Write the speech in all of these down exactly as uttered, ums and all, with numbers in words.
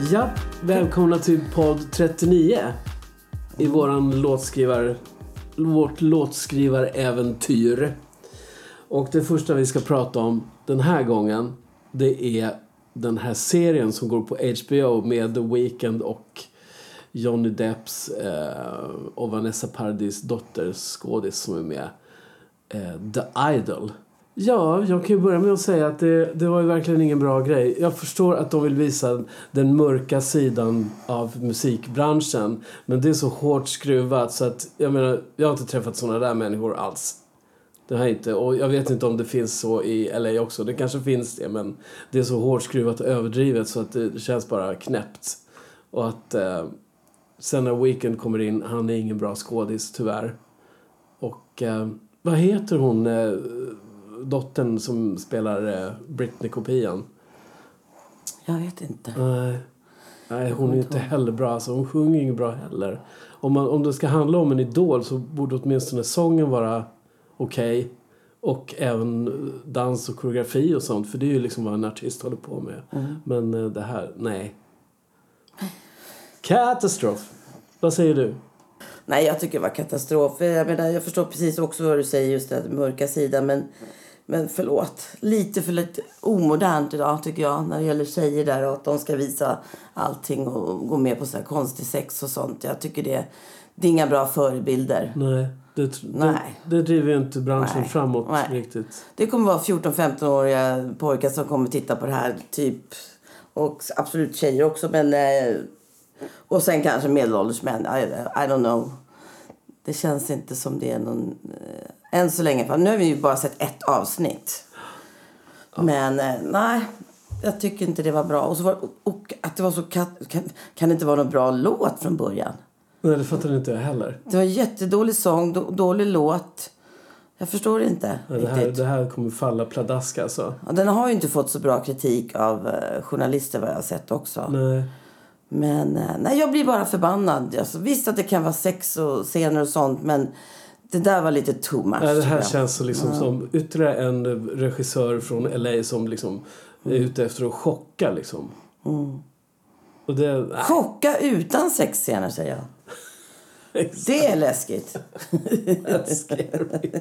Ja, välkomna till podd trettionio i våran låtskrivar, vårt låtskrivaräventyr. Och det första vi ska prata om den här gången, det är den här serien som går på H B O med The Weeknd och Johnny Depps eh, och Vanessa Paradis dotter skådis som är med, eh, The Idol. Ja, jag kan ju börja med att säga att det, det var ju verkligen ingen bra grej. Jag förstår att de vill visa den mörka sidan av musikbranschen. Men det är så hårt skruvat så att, jag menar, jag har inte träffat såna där människor alls. Det har inte, och jag vet inte om det finns så i L A också. Det kanske finns det, men det är så hårt skruvat och överdrivet så att det känns bara knäppt. Och att eh, sen när Weeknd kommer in, han är ingen bra skådis tyvärr. Och eh, vad heter hon... Eh, dottern som spelar eh, Britney-kopian. Jag vet inte. Nej, Nej hon är inte heller bra. Alltså, hon sjunger inte bra heller. Om, man, om det ska handla om en idol så borde åtminstone sången vara okej. Okay. Och även dans och koreografi och sånt. För det är ju liksom vad en artist håller på med. Mm. Men eh, det här, nej. Katastrof. Vad säger du? Nej, jag tycker det var katastrof. Jag menar, jag förstår precis också vad du säger, just den mörka sidan. Men, men förlåt. Lite för lite omodernt idag tycker jag. När det gäller tjejer där och att de ska visa allting och gå med på så här konstig sex och sånt. Jag tycker det, det är inga bra förebilder. Nej, det, Nej. det, det driver ju inte branschen Nej. framåt Nej. riktigt. Det kommer vara fjorton-femton-åriga pojkar som kommer titta på det här typ. Och absolut tjejer också, men... Och sen kanske medelålders män. I, I don't know. Det känns inte som det är någon... Eh, än så länge. För nu har vi ju bara sett ett avsnitt. Ja. Men eh, nej. Jag tycker inte det var bra. Och, så var, och att det var så... Kan, kan det inte vara någon bra låt från början? Nej, det fattar inte jag heller. Det var en jättedålig sång. Då, dålig låt. Jag förstår inte. Ja, det, här, det här kommer falla pladaska alltså. Ja, den har ju inte fått så bra kritik av eh, journalister vad jag har sett också. Nej. Men nej, jag blir bara förbannad. Alltså, visst att det kan vara sex och scener och sånt, men det där var lite too much. Ja, det här känns så liksom ja. som ytterligare en regissör från L A som liksom mm. är ute efter att chocka liksom. Mm. Och det, chocka utan sexscener, säger jag. Det är läskigt. Okej,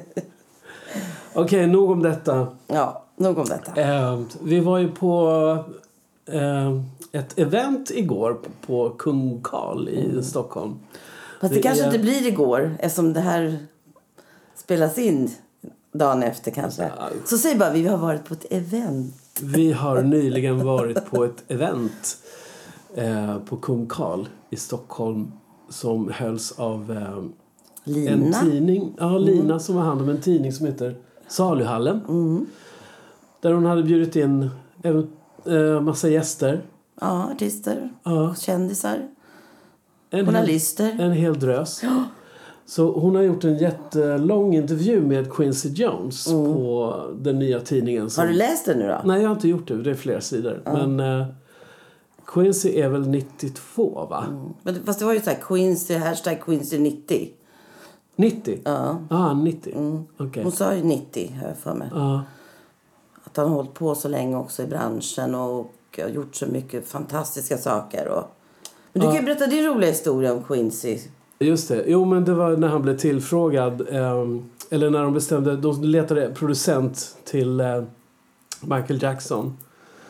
okay, nog om detta. Ja, nog om detta. Eh, vi var ju på... Eh, ett event igår på Kung Karl i mm. Stockholm. Fast det, det kanske är... inte blir igår eftersom det här spelas in dagen efter kanske. Ja. Så säg bara, vi har varit på ett event. Vi har nyligen varit på ett event eh, på Kung Karl i Stockholm som hölls av eh, Lina. en tidning. Ja, Lina mm. som har hand om en tidning som heter Saluhallen. Mm. Där hon hade bjudit in en eh, massa gäster. Ja, artister, ja. kändisar, en journalister. Hel, en hel drös. Ja. Så hon har gjort en jättelång intervju med Quincy Jones mm. på den nya tidningen. Som... Har du läst den nu då? Nej, jag har inte gjort det. Det är flera sidor. Ja. Men uh, Quincy är väl nittiotvå, va? Mm. Men, fast det var ju så här Quincy, hashtag Quincy nittio. nittio? Ja. Ah, nittio. Mm. Okay. Hon sa ju nittio, hör jag för mig. Ja. Att han har hållit på så länge också i branschen och har gjort så mycket fantastiska saker. Och... Men du ja. kan ju berätta din roliga historia om Quincy. Just det. Jo, men det var när han blev tillfrågad. Eh, eller när de bestämde. De letade producent till eh, Michael Jackson.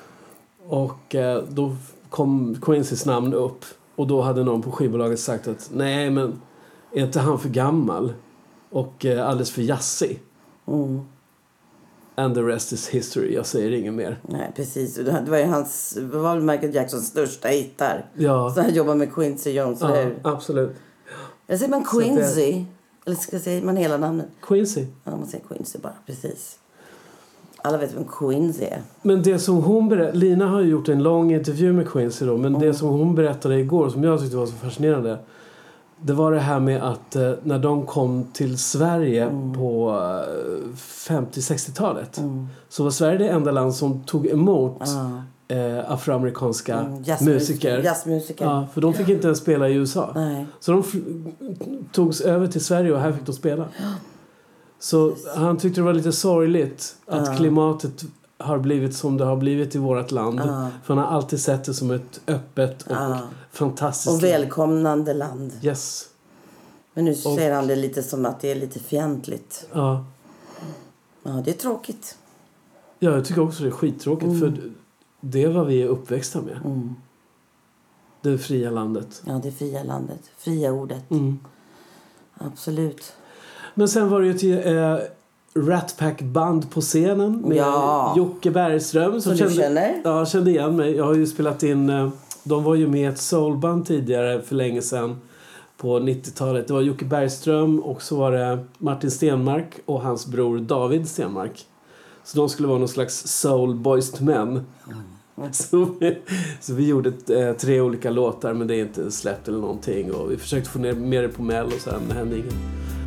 Och eh, då kom Quincy's namn upp. Och då hade någon på skivbolaget sagt att nej, men är inte han för gammal? Och eh, alldeles för jassig. Mm. And the rest is history. Jag säger inget mer. Nej, precis. Det var ju hans, det var Michael Jacksons största hittar. Ja. Så han jobbar med Quincy Jones. Ja, eller? Absolut. Jag säger man Quincy. Det... Eller ska säga man hela namnet? Quincy. Ja, man säger Quincy bara. Precis. Alla vet vem Quincy är. Men det som hon berättade... Lina har ju gjort en lång intervju med Quincy då. Men mm. det som hon berättade igår, som jag tyckte var så fascinerande... Det var det här med att eh, när de kom till Sverige mm. på eh, femtio-sextiotalet mm. så var Sverige det enda land som tog emot mm. eh, afroamerikanska mm. musiker. Jazzmusiker. Ja, för de fick inte ens spela i U S A. Nej. Så de f- togs över till Sverige och här fick de spela. Så han tyckte det var lite sorgligt att mm. klimatet har blivit som det har blivit i vårt land. Ja. För han har alltid sett det som ett öppet och Ja. fantastiskt Och välkomnande land. Yes. Men nu Och- ser han det lite som att det är lite fientligt. Ja. Ja, det är tråkigt. Ja, jag tycker också det är skittråkigt. Mm. För det är vad vi är uppväxta med. Mm. Det fria landet. Ja, det fria landet. Fria ordet. Mm. Absolut. Men sen var det ju till eh, Rat Pack-band på scenen med Ja. Jocke Bergström. Så du känner? Ja, jag kände igen mig. Jag har ju spelat in... Eh, de var ju med i ett soulband tidigare för länge sedan på nittiotalet. Det var Jocke Bergström och så var det Martin Stenmark och hans bror David Stenmark. Så de skulle vara någon slags soul boys to men. Mm. Så, vi, så vi gjorde eh, tre olika låtar, men det är inte släppt eller någonting. Och vi försökte få ner mer det på Mel och så här, men det hände inget.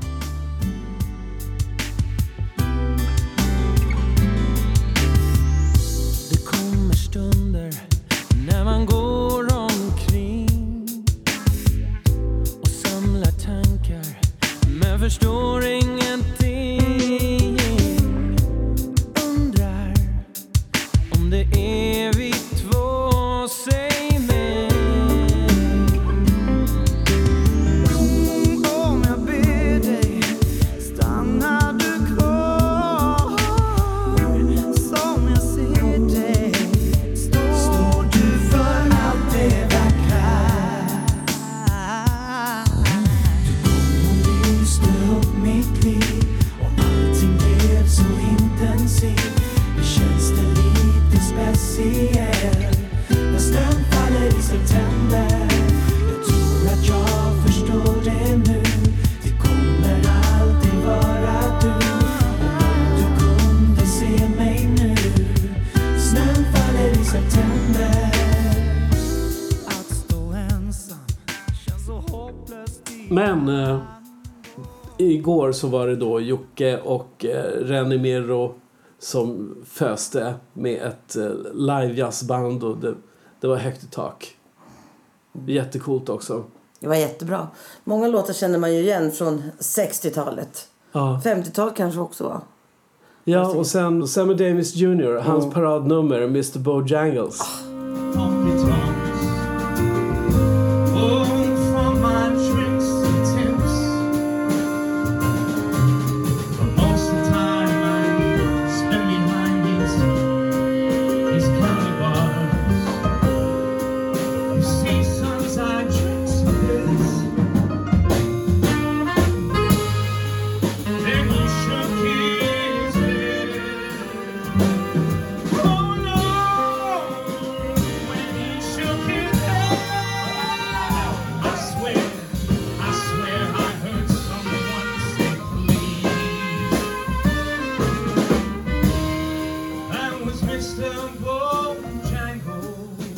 Det kommer stunder när man går omkring och samlar tankar men förstår ingenting. Undrar om det är vi två, säg mig. Om jag ber dig, stannar du kvar? Som jag ser dig, står du för allt det vackra. Du kom och lyste upp mitt liv och allting blev så intensivt. Det känns det lite speciellt när snön faller i september. Jag tror att jag förstår det nu. Det kommer alltid vara du. Och om du kunde se mig nu. Snön faller i september. Att stå ensam känns så hopplöst. Men eh, igår så var det då Jocke och eh, Renny Mirro som föste med ett eh, live-jazzband och det, det var högt i tak. Jättecoolt också. Det var jättebra. Många låtar känner man ju igen från sextiotalet. Ja, femtiotal kanske också var. ja och sen Sammy Davis junior, hans Mm. paradnummer mister Bojangles. Honky tonks, pulling from my tricks and tips. But most of the time I spend behind these these county bars. You see, sons, I drink some this. Then he shook his head. Oh no, when he shook his head, I swear, I swear I heard someone say please. That was mister Bojangles.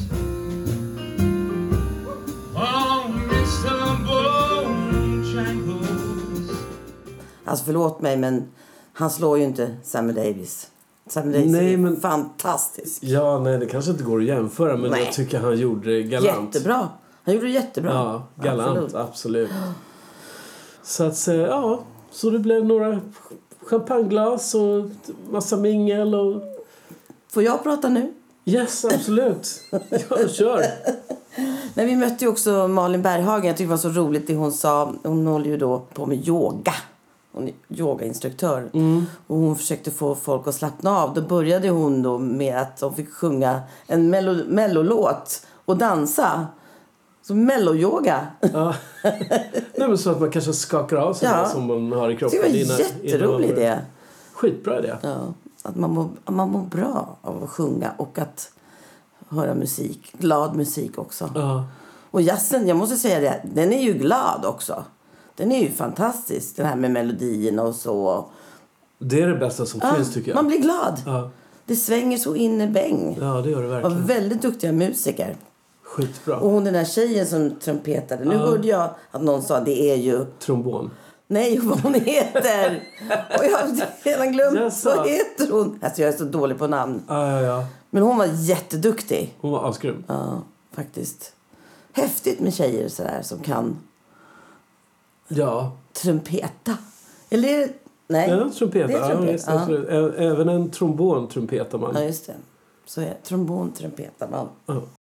Oh, mister Bojangles. Alltså förlåt mig, men han slår ju inte Sammy Davis. Sammy Davis Nej, är men- fantastisk. Ja, nej, det kanske inte går att jämföra, men Nej. jag tycker han gjorde det galant. Jättebra. Han gjorde det jättebra. Ja, galant, Absolut. absolut. Så att säga, ja, så det blev några champagneglas och massa mingel och... Får jag prata nu? Yes, absolut. Ja, kör. Men vi mötte ju också Malin Berghagen. Jag tyckte det var så roligt det hon sa. Hon håller ju då på med yoga. Hon är yogainstruktör. Och hon försökte få folk att slappna av. Då började hon då med att de fick sjunga en mello- mellolåt och dansa. Så melloyoga. Ja. Nej, men så att man kanske skakar av sig Ja. det som man har i Det kroppen. var en innan- jätterolig innan man börjar. idé. Skitbra idé. Ja, att man mår, att man mår bra av att sjunga och att höra musik. Glad musik också. Ja. Och jazzen, jag måste säga det, den är ju glad också. Den är ju fantastisk, den här med melodierna och så. Det är det bästa som Ja, finns, tycker jag. man blir glad. Ja. Det svänger så in i bäng. Ja, det gör det Och verkligen. väldigt duktiga musiker. Skitbra. Och hon den där tjejen som trumpetade. Nu Ja. hörde jag att någon sa det är ju... Trombon. Nej, vad hon heter. Och jag har redan glömt. Jaså. Vad heter hon? Alltså jag är så dålig på namn. Ja, ja, ja. Men hon var jätteduktig. Hon var asgrym. Ja, faktiskt. Häftigt med tjejer sådär som kan Ja. trumpeta. Eller är det, Nej, Ja, trumpeta. det är trumpet. Ja, just det, Ja. absolut. Ä- Även en trombon trumpetar man. Ja, just det. Så är det. Trombon, trumpetar man. Ja.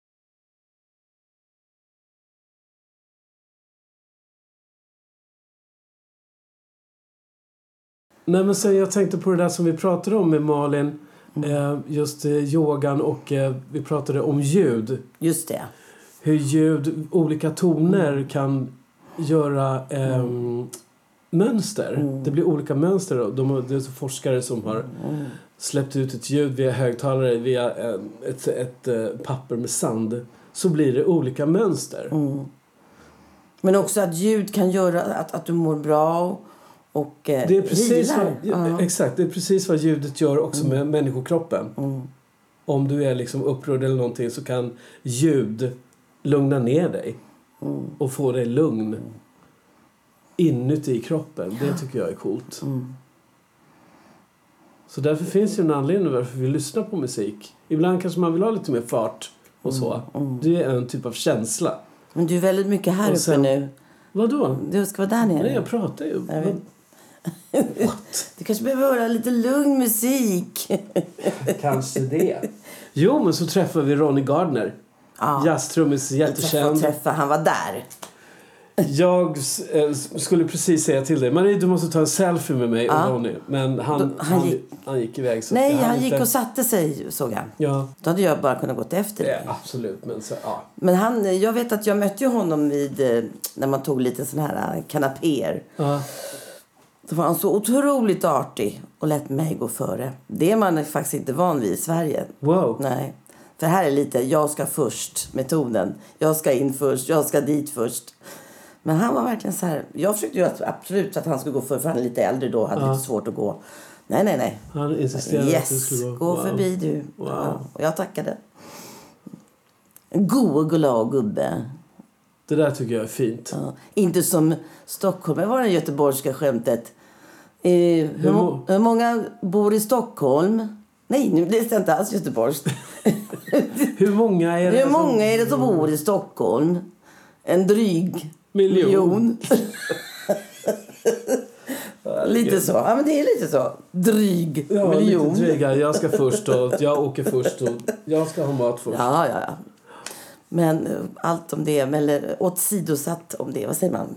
Nej, men sen jag tänkte på det där som vi pratade om med Malin. Mm. Eh, just eh, yogan och eh, vi pratade om ljud. Just det. Hur ljud, olika toner kan göra eh, Mm. mönster. Mm. Det blir olika mönster. Då. De, det är så forskare som har Mm. släppt ut ett ljud via högtalare, via eh, ett, ett, ett papper med sand. Så blir det olika mönster. Mm. Men också att ljud kan göra att, att du mår bra och eh, Det är precis vad, ja. exakt, det är precis vad ljudet gör också med människokroppen. Mm. Om du är liksom upprörd eller någonting så kan ljud lugna ner dig Mm. och få dig lugn inuti kroppen. Det tycker jag är coolt. Mm. Så därför finns det en anledning varför vi lyssnar på musik. Ibland kanske man vill ha lite mer fart och så. Mm. Det är en typ av känsla. Men du är väldigt mycket här Och sen- uppe nu. Vadå? Du ska vara där nere. Nej, jag pratar ju. Jag vet. What? Du kanske behöver höra lite lugn musik. Kanske det. Jo, men så träffade vi Ronny Gardner. Ja. Jazztrummis, Träffa och jättekänd. träffa. Han var där. Jag eh, skulle precis säga till dig, Marie, du måste ta en selfie med mig Ja. och Ronny. Men han, Då- han, han gick, gick- han gick iväg. Så Nej, jag hade han gick inte- och satte sig, såg han. Ja, Då hade jag bara kunnat gått efter dig. ja, absolut. Men så, ja. Men han, jag vet att jag mötte ju honom vid, eh, när man tog lite sån här kanapéer. Ja. Då var han så otroligt artig och lät mig gå före. Det är man faktiskt inte van vid i Sverige. Wow. Nej. För här är lite, jag ska först metoden. Jag ska in först, jag ska dit först. Men han var verkligen så här. Jag försökte ju att, absolut att han skulle gå för, för han är lite äldre då. Hade Ja. lite svårt att gå. Nej, nej, nej. Han insisterade att du Yes, skulle gå. gå Wow. förbi du. Wow. Ja, och jag tackade. En god och glad gubbe. Det där tycker jag är fint. Ja. Inte som Stockholm. Det var det göteborgska skämtet. Eh, hur, må- hur många bor i Stockholm? Nej, nu blir det inte alls Göteborgs. Hur många är det Hur många är det som bor i Stockholm? En dryg Miljon. miljon. Lite så. Ja, men det är lite så. Dryg Ja, miljon. lite dryga. Jag ska först och jag åker först och jag ska ha mat först. Ja, ja, ja. Men eh, allt om det, eller åsidosatt om det, vad säger man?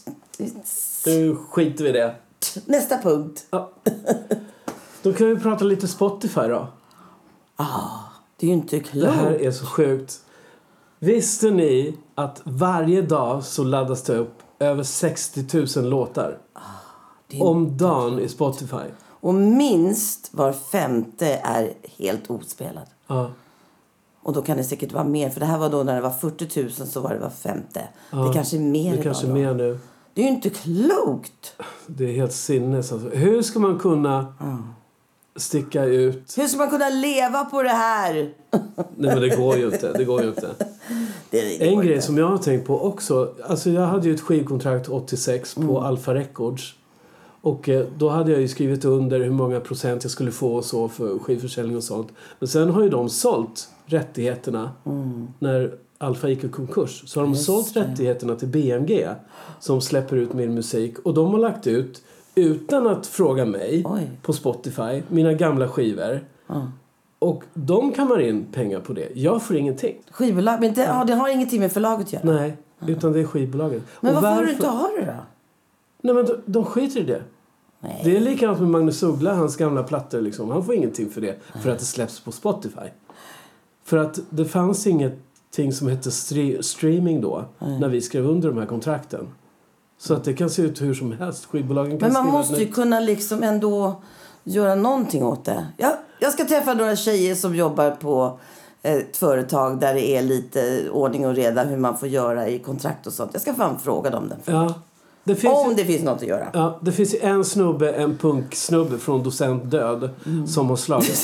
Nu skiter vi i det. Nästa punkt. Ja. Då kan vi prata lite Spotify då. Ah, det är ju inte klokt. Det här är så sjukt. Visste ni att varje dag så laddas det upp över sextio tusen låtar Det är- om dagen i Spotify? Och minst var femte är helt ospelad. Ja. Och då kan det säkert vara mer. För det här var då när det var fyrtio tusen så var det var femte. Det kanske är mer Det idag kanske är då. mer nu. Det är ju inte klokt. Det är helt sinnes. Alltså. Hur ska man kunna sticka ut? Hur ska man kunna leva på det här? Nej, men det går ju inte. Det går ju inte. Det, det En går grej inte. som jag har tänkt på också. Alltså jag hade ju ett skivkontrakt åttiosex på Mm. Alpha Records. Och eh, då hade jag ju skrivit under hur många procent jag skulle få och så för skivförsäljning och sånt. Men sen har ju de sålt rättigheterna när Alpha gick i konkurs. Så har de Mm. Just sålt det. rättigheterna till B M G som släpper ut min musik. Och de har lagt ut, utan att fråga mig, Oj. på Spotify, mina gamla skivor. Ja. Och de kammar in pengar på det. Jag får ingenting. Skivbolag, men det, ja, det har ingenting med förlaget att göra. Nej, utan det är skivbolaget. Men Och varför får du inte ha det då? Nej, men de, de skiter i det. Nej. Det är likadant med Magnus Uggla, hans gamla plattor. Liksom. Han får ingenting för det, för att det släpps på Spotify. För att det fanns ingenting som hette stre- streaming då, när vi skrev under de här kontrakten. Så att det kan se ut hur som helst. Skivbolagen kan Men man skriva måste ju ett- kunna liksom ändå göra någonting åt det. Jag, jag ska träffa några tjejer som jobbar på ett företag där det är lite ordning och reda hur man får göra i kontrakt och sånt. Jag ska fan fråga dem den. Ja, det finns Om ju... det finns något att göra. Ja, det finns ju en snubbe, en punksnubbe från Docent Död som har slagits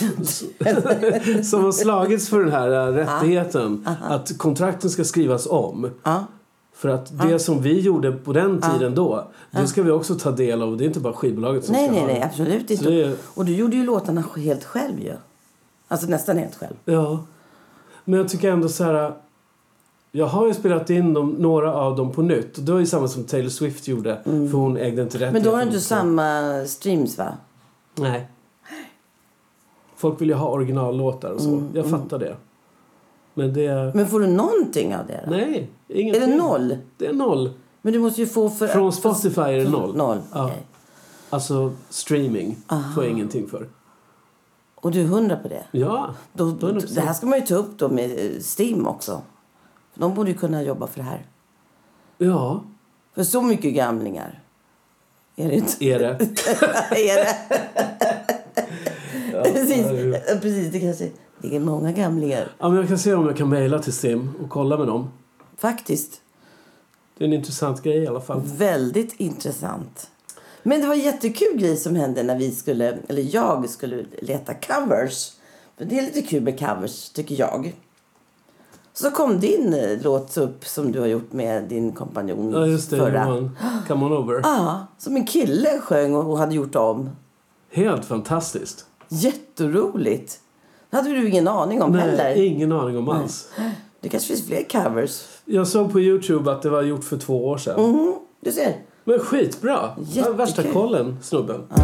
som har slagits för den här äh, rättigheten att kontrakten ska skrivas om. Ja. För att det som vi gjorde på den tiden då, det ska vi också ta del av. Det är inte bara skivbolaget som Nej, ska nej, ha nej, det. absolut Så inte. det är- Och du gjorde ju låtarna helt själv ju. Alltså nästan helt själv. Ja. Men jag tycker ändå så här... Jag har ju spelat in dem, några av dem på nytt. Och det var ju samma som Taylor Swift gjorde. Mm. För hon ägde inte rätt. Men då har du inte samma streams, va? Nej. Folk vill ju ha originallåtar och så. Mm, jag fattar mm. det. Men det... Men får du någonting av det då? Nej, ingenting. Är det noll? Det är noll. Men du måste ju få för... Från Spotify är det noll. Noll, ja. Okay. Alltså streaming Aha. får jag ingenting för. Och du är hundra på det? Ja. Då, då, det här ska man ju ta upp då med Steam också. De borde ju kunna jobba för det här. Ja. För så mycket gamlingar. Är det inte? Är det? är det? ja, precis, ja, precis, det kanske det är många gamlingar. Ja, men jag kan se om jag kan mejla till Steam och kolla med dem. Faktiskt. Det är en intressant grej i alla fall. Väldigt intressant. Men det var en jättekul grej som hände när vi skulle, eller jag skulle leta covers. För det är lite kul med covers, tycker jag. Så kom din låt upp som du har gjort med din kompanjon. Ja, just det. Förra. Johan. Come on over. Ja, som en kille sjöng och hade gjort om. Helt fantastiskt. Jätteroligt. Det hade du ingen aning om Nej, heller. ingen aning om alls. Det kanske finns fler covers. Jag såg på YouTube att det var gjort för två år sedan. Mm, du ser. Men skitbra. Jättekul. Värsta kollen, snubben. Ja.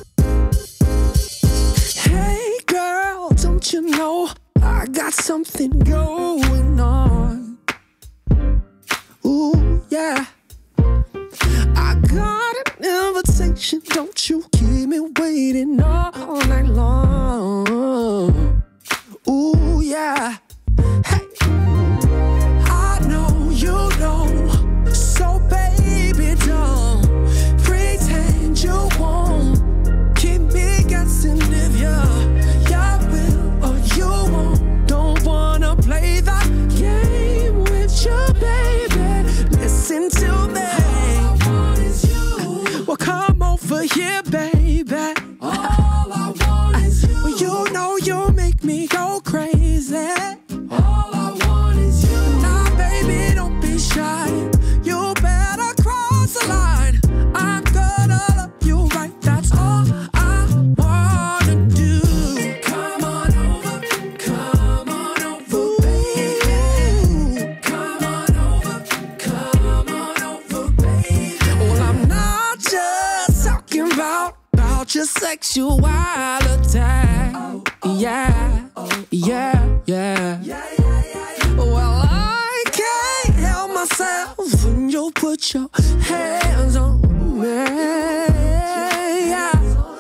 Hey girl, don't you know I got something going on. Ooh, yeah. I got an invitation. Don't you keep me waiting all night long. Ooh, yeah. Hey, I know you know. So baby, don't pretend you won't. Keep me guessing if you're, you will or you won't. Don't wanna play that game with you, baby. Listen to me. All I want is you. Well, come over here, baby. All I want is you. Well, you know you make me go crazy. All I want is you. Now, baby, don't be shy. You better cross the line. I'm gonna love you right. That's all I wanna do. Come on over, come on over, baby. Come on over, come on over, baby. Well, I'm not just talking about about your sexuality. Yeah, yeah, yeah. Well, I can't help myself when you put your hands on me. Yeah.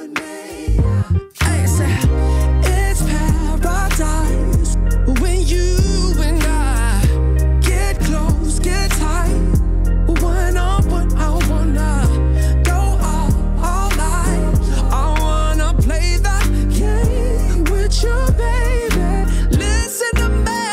Hey, say, it's paradise when you and I get close, get tight. When I'm what I wanna go all, all night. I wanna play that game with you, baby. Listen to me.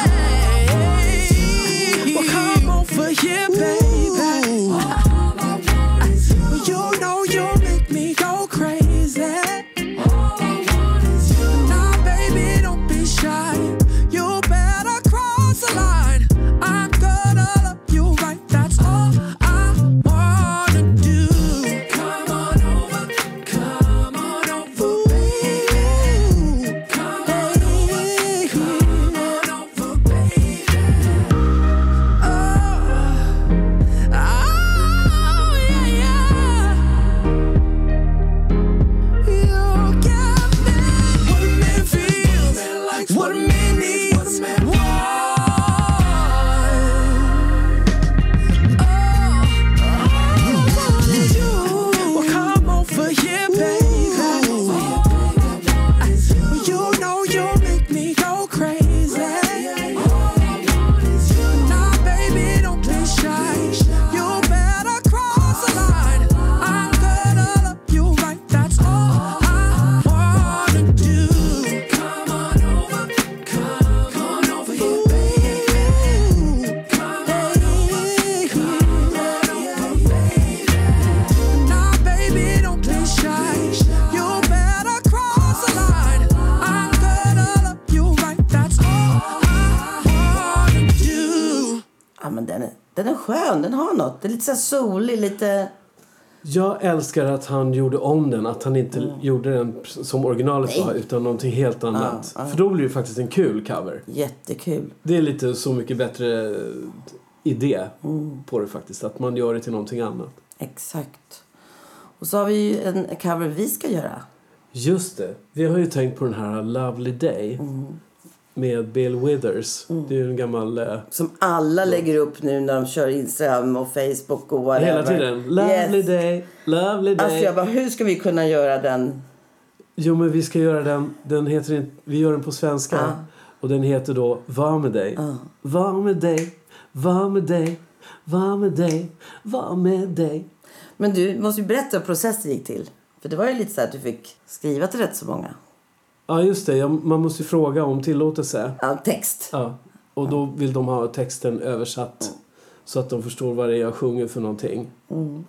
Well, come over here, baby. All I want is you. You know you make me go crazy. All I want is you. Now, baby, don't be shy. You better cross the line. I'm gonna love you right. That's all I wanna do. Come on over, come on over, baby. Come on over, come on over, baby. Oh, oh, yeah, yeah. You got me. What a man feels, what a man needs, what well, come over here, baby. You know you make me go crazy. Now, baby, don't be shy. You better cross the line. I'm gonna love you right. That's all I wanna do. Come on over, come on over here, baby. Come on over, come on over, baby. Now, baby, don't be shy. You better cross the line. I'm gonna love you right. That's all I wanna do. Ja, men den är, den är skön. Den har något. Det är lite så här solig, lite... Jag älskar att han gjorde om den. Att han inte mm. gjorde den som originalet Nej. var. Utan någonting helt annat. Ja, ja. För då blir det ju faktiskt en kul cover. Jättekul. Det är lite så mycket bättre idé mm. på det faktiskt. Att man gör det till någonting annat. Exakt. Och så har vi ju en cover vi ska göra. Just det. Vi har ju tänkt på den här Lovely Day. Mm. Med Bill Withers. Mm. Det är ju en gammal... Eh, som alla lägger upp nu när de kör Instagram och Facebook och whatever. Hela tiden. Lovely yes. day, lovely day. Alltså jag bara, hur ska vi kunna göra den? Jo, men vi ska göra den... den heter, vi gör den på svenska. Ah. Och den heter då Var med dig. Ah. Var med dig, var med dig, var med dig, var med dig. Men du måste ju berätta hur processen gick till. För det var ju lite så att du fick skriva till rätt så många. Ja, just det. Man måste ju fråga om tillåtelse. Ja, text. Ja. Och då vill de ha texten översatt. Mm. Så att de förstår vad det är jag sjunger för någonting. Mm.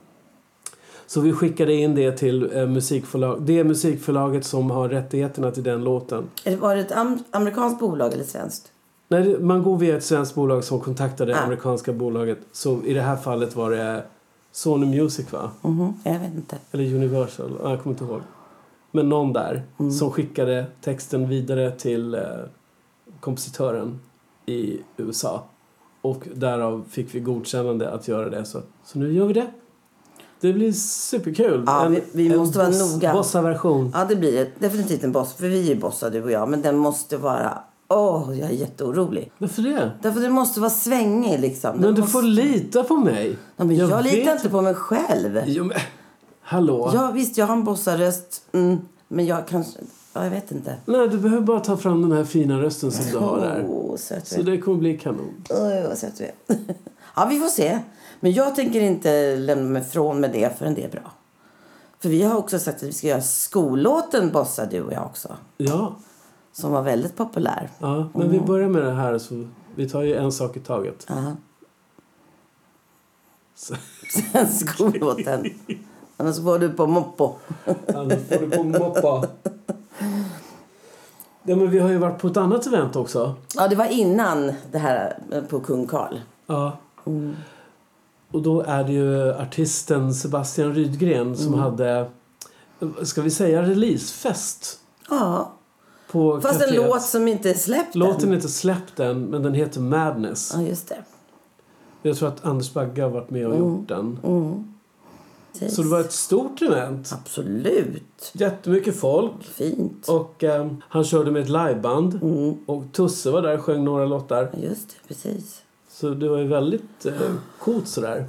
Så vi skickade in det till eh, musikförlag. Det är musikförlaget som har rättigheterna till den låten. Var det ett am- amerikanskt bolag eller svenskt? Nej, man går via ett svenskt bolag som kontaktade det ah. amerikanska bolaget. Så i det här fallet var det Sony Music, va? Mm-hmm. Jag vet inte. Eller Universal. Jag kommer inte ihåg. Men någon där mm. som skickade texten vidare till eh, kompositören i U S A. Och därav fick vi godkännande att göra det. Så, så nu gör vi det. Det blir superkul. Ja, en, vi, vi måste en vara boss, noga. Bossa-version. Ja, det blir definitivt en boss. För vi är ju bossa, du och jag. Men den måste vara... Åh, oh, jag är jätteorolig. Varför det? Därför det måste vara svängig liksom. Den men du måste... får lita på mig. Ja, men jag, jag vet... litar inte på mig själv. Jo, men... Hallå? Ja, visst, jag har en bossaröst. Mm, men jag kanske... Ja, jag vet inte. Nej, du behöver bara ta fram den här fina rösten som du har där. Oh, söt så det kommer bli kanon. Åh, oh, vad söt du är. Ja, vi får se. Men jag tänker inte lämna mig från med det förrän det är bra. För vi har också sagt att vi ska göra skollåten Bossa, du och jag också. Ja. Som var väldigt populär. Ja, men mm. vi börjar med det här så vi tar ju en sak i taget. Ja. Sen skollåten. Annars får du på moppo. Annars får du på moppa. Ja, men vi har ju varit på ett annat event också. Ja, det var innan det här på Kung Karl. Ja. Mm. Och då är det ju artisten Sebastian Rydgren som mm. hade, ska vi säga, releasefest. Ja. På fast kaféet. En låt som inte är släppt Låten är inte släppt än, men den heter Madness. Ja, just det. Jag tror att Anders Bagge har varit med och mm. gjort den. Mm. Så det var ett stort event. Absolut. Jättemycket folk. Fint. Och eh, han körde med ett liveband. Mm. Och Tusse var där och sjöng några låtar. Ja, just det, precis. Så det var ju väldigt eh, coolt sådär.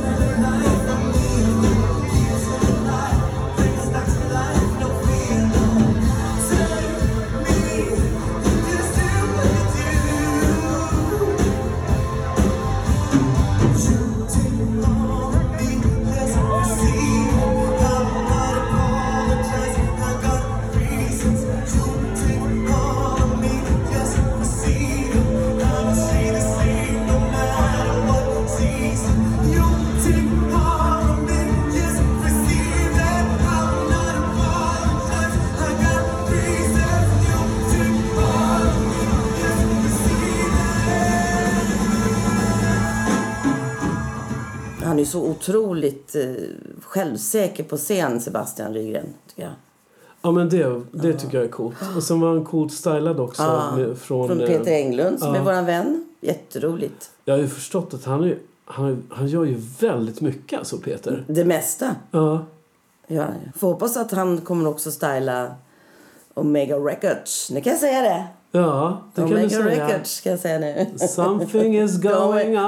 Bring us back to life, no fear. ju så otroligt eh, självsäker på scen, Sebastian Rygren, tycker jag. Ja, men det, det tycker jag är coolt. Och sen var han coolt stylad också. Ja, med, från, från Peter Englund som ja. är våran vän. Jätteroligt. Jag har ju förstått att han, är, han, han gör ju väldigt mycket, alltså Peter. Det mesta. Ja. Ja, får hoppas att han kommer också styla Omega Records. Nu kan jag säga det. Ja, det kan Omega du säga. Records kan jag säga nu. Something is going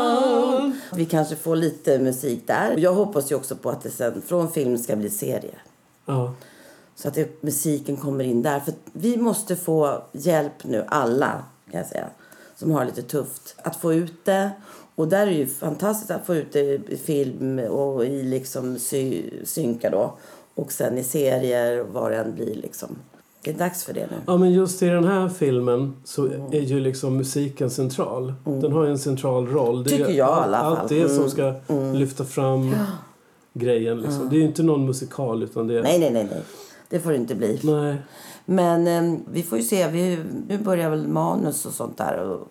on. Vi kanske får lite musik där. Jag hoppas ju också på att det sen från film ska bli serie. Ja. Så att det, musiken kommer in där. För vi måste få hjälp nu, alla kan jag säga, som har lite tufft. Att få ut det. Och där är det ju fantastiskt att få ut det i film och i liksom sy, synka då. Och sen i serier, vad det än blir liksom. Det är dags för det nu. Ja, men just i den här filmen så är ju liksom musiken central. Mm. Den har ju en central roll. Det Tycker är jag all, i alla fall. allt det mm. som ska mm. lyfta fram grejen. Liksom. Mm. Det är ju inte någon musikal utan det är... Nej, nej, nej, nej. Det får det inte bli. Nej. Men eh, vi får ju se. Vi, nu börjar väl manus och sånt där och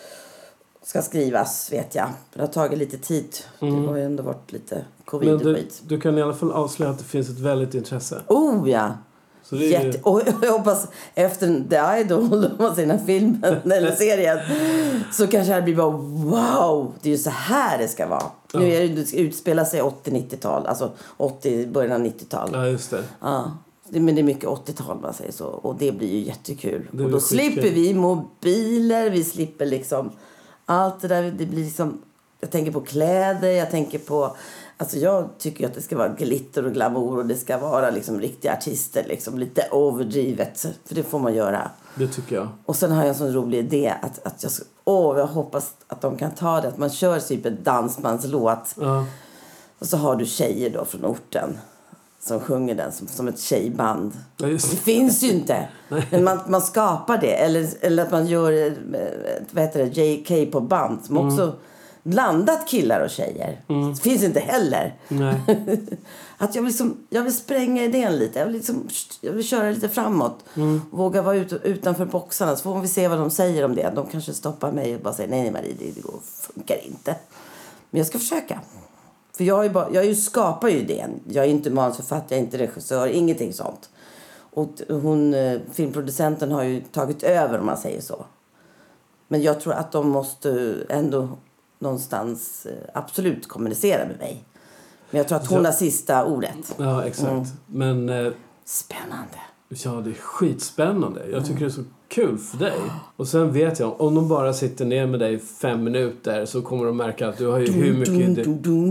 ska skrivas, vet jag. Det har tagit lite tid. Mm. Det har ju ändå varit lite covid Men du, och skit. du kan i alla fall avslöja att det finns ett väldigt intresse. Oh, ja! Så det är Jätte... ju... Och jag hoppas efter The Idol, om man ser den här filmen eller serien, så kanske det blir bara wow, det är ju så här det ska vara. Ja. Nu är det, det ska utspela sig åttio-nittiotal, alltså åttio, början av nittiotal. Ja, just det. Ja. Men det är mycket åttiotal, man säger så. Och det blir ju jättekul. Det och då skitkul. slipper vi mobiler, vi slipper liksom allt det där. Det blir liksom, jag tänker på kläder, jag tänker på... Alltså jag tycker att det ska vara glitter och glamour och det ska vara liksom riktiga artister, liksom lite överdrivet. För det får man göra. Det tycker jag. Och sen har jag en sån rolig idé att, att jag, åh, jag hoppas att de kan ta det. Att man kör typ en dansbandslåt. Ja. Och så har du tjejer då från orten som sjunger den som, som ett tjejband. Ja, just det. Det finns ju inte. Men man, man skapar det. Eller, eller att man gör vad heter det, J K på band som också mm. blandat killar och tjejer. Mm. Det finns inte heller. Nej. Att jag vill, liksom, jag vill spränga idén lite. Jag vill, liksom, jag vill köra lite framåt. Mm. Våga vara ut, utanför boxarna. Så får vi se vad de säger om det. De kanske stoppar mig och bara säger nej, nej Marie, det, det går, funkar inte. Men jag ska försöka. För jag, är bara, jag är ju, skapar ju idén. Jag är inte manusförfattare, jag är inte regissör, ingenting sånt. Och hon, filmproducenten har ju tagit över om man säger så. Men jag tror att de måste ändå någonstans absolut kommunicera med mig. Men jag tror att hon har sista ordet. Ja, exakt. Mm. Men... Eh, spännande. Ja, det är skitspännande. Jag tycker det är så kul för dig. Och sen vet jag, om de bara sitter ner med dig fem minuter så kommer de märka att du har ju hur mycket...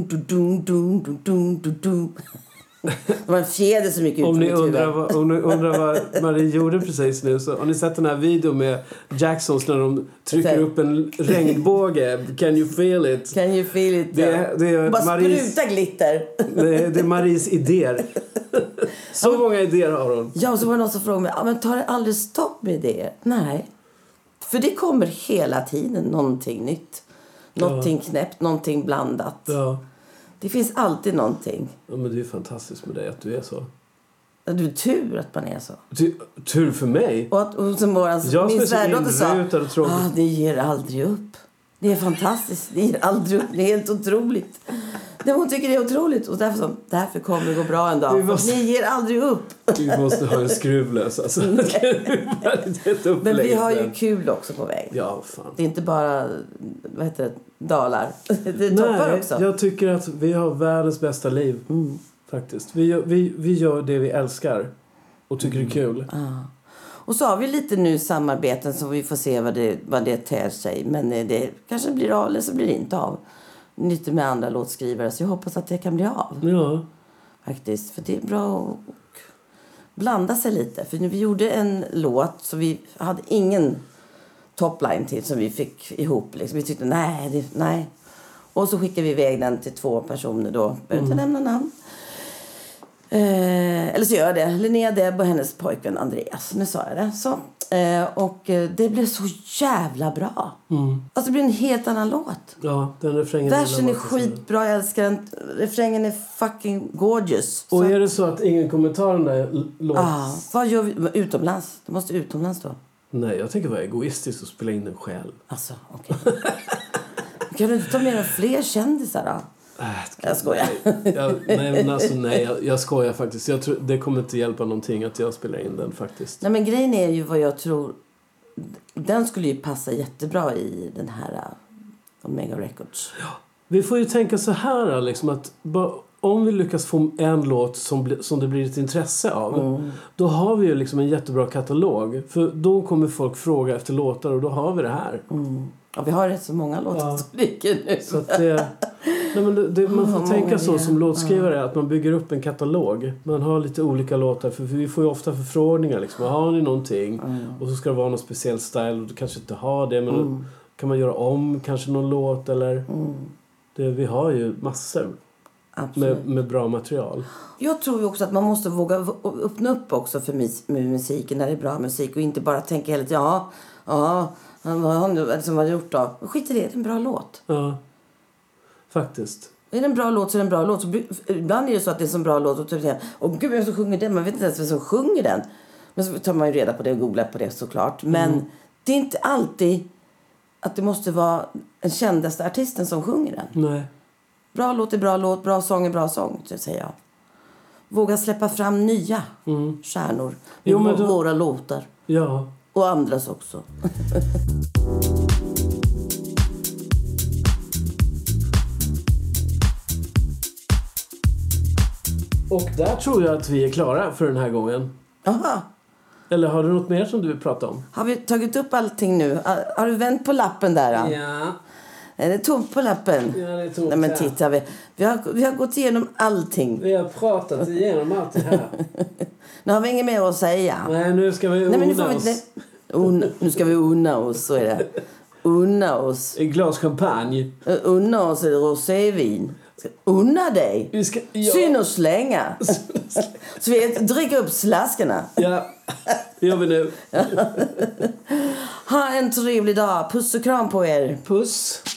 Det var en fjäder så mycket ut om, ni för mitt undrar vad, om ni undrar vad Marie gjorde precis nu så har ni sett den här videon med Jacksons när de trycker upp en regnbåge. Can you feel it? Can you feel it? Det, ja. det är bara Maries, spruta glitter. Det, det är Maries idéer. Så ja, många idéer har hon. Ja, och så var det någon som frågade mig, ja, men tar det aldrig stopp med idéer? Nej. För det kommer hela tiden någonting nytt. Någonting ja. knäppt, någonting blandat. Ja. Det finns alltid någonting. Ja, men det är ju fantastiskt med dig att du är så. Du är tur att man är så. Tur, tur för mig? Och, att, och som våran, min svärdotter sa, ah, det ger aldrig upp. Det är fantastiskt, det ger aldrig upp. Det är helt otroligt. Det hon tycker det är otroligt. Och därför, därför kommer det gå bra en dag. Måste, ni ger aldrig upp. Vi måste ha en skruvlös. Alltså. Men vi har ju kul också på väg. Ja, fan. Det är inte bara, vad heter det, dalar. Det är toppar Nej, också. Jag tycker att vi har världens bästa liv. Mm. Faktiskt. Vi gör, vi, vi gör det vi älskar. Och tycker mm. det är kul. Ah. Och så har vi lite nu samarbeten så vi får se vad det, vad det tär sig. Men det kanske blir av eller så blir det inte av. Nytt med andra låtskrivare. Så jag hoppas att det kan bli av. Ja. Faktiskt. För det är bra att blanda sig lite. För när vi gjorde en låt så vi hade ingen topline till som vi fick ihop. Liksom. Vi tyckte nej, det, nej. Och så skickade vi iväg den till två personer då. Behöver inte mm. nämna namn. Eh, eller så gör jag det. Linnea Deb och hennes pojkvän Andreas. Nu sa jag det. Så. Eh, och eh, det blev så jävla bra. Mm. Alltså det blir en helt annan låt. Ja, den refrängen. Versen är skitbra, jag älskar den. Refrängen är fucking gorgeous. Och så. Är det så att ingen kommentar den där låten? Ah, vad gör vi? Utomlands. Det måste utomlands då. Nej, jag tänker vara egoistiskt och spela in den själv. Alltså, okej. Okay. Kan du inte ta med fler kändisar då? Äh, Jag skojar. Nej, jag, nej, men alltså, nej jag, jag skojar faktiskt. Jag tror, det kommer inte hjälpa någonting att jag spelar in den faktiskt. Nej, men grejen är ju vad jag tror... Den skulle ju passa jättebra i den här uh, Omega Records. Ja. Vi får ju tänka så här liksom att... Ba, om vi lyckas få en låt som, bli, som det blir ett intresse av, mm. då har vi ju liksom en jättebra katalog. För då kommer folk fråga efter låtar och då har vi det här. Mm. Ja, vi har rätt så många låtar ja. som ligger nu. Så att det, nej men det, det, man får oh, tänka så som låtskrivare, att man bygger upp en katalog. Man har lite olika låtar, för vi får ju ofta förfrågningar. Liksom. Har ni någonting? Mm. Och så ska det vara någon speciell style och du kanske inte har det, men mm. då kan man göra om kanske någon låt eller... Mm. Det, vi har ju massor. Med, med bra material. Jag tror ju också att man måste våga öppna upp också för mus- med musiken när det är bra musik och inte bara tänka hela tiden, ja, ja, vad har du liksom, vad har gjort då? Skit i det, det är en bra låt. Ja, faktiskt. Är det en bra låt så är det en bra låt. Så ibland är det så att det är en så bra låt och typ säger, åh gud, vem som sjunger den? Man vet inte ens vem som sjunger den. Men så tar man ju reda på det och googlar på det såklart. Men mm. det är inte alltid att det måste vara den kändaste artisten som sjunger den. Nej. Bra låt är bra låt, bra sång är bra sång, det säger jag. Våga släppa fram nya mm. stjärnor. Jo, men då... Våra låtar. Ja. Och andras också. Och där tror jag att vi är klara för den här gången. Aha. Eller har du något mer som du vill prata om? Har vi tagit upp allting nu? Har du vänt på lappen där? Då? Ja. Är det tomt på lappen? Ja, det är tomt. Nej, men titta, vi, vi, har, vi har gått igenom allting. Vi har pratat igenom allt det här. Nu har vi inget mer att säga. Nej, nu ska vi unna Nej, men nu oss. Vi, unna, nu ska vi unna oss, så är det. Unna oss. Ett glas champagne. Unna oss ett rosévin. Unna dig. Vi ska, ja. Syn och slänga. Så vi dricker upp slaskarna. Ja, det gör vi nu. Ha en trevlig dag. Puss och kram på er. Puss.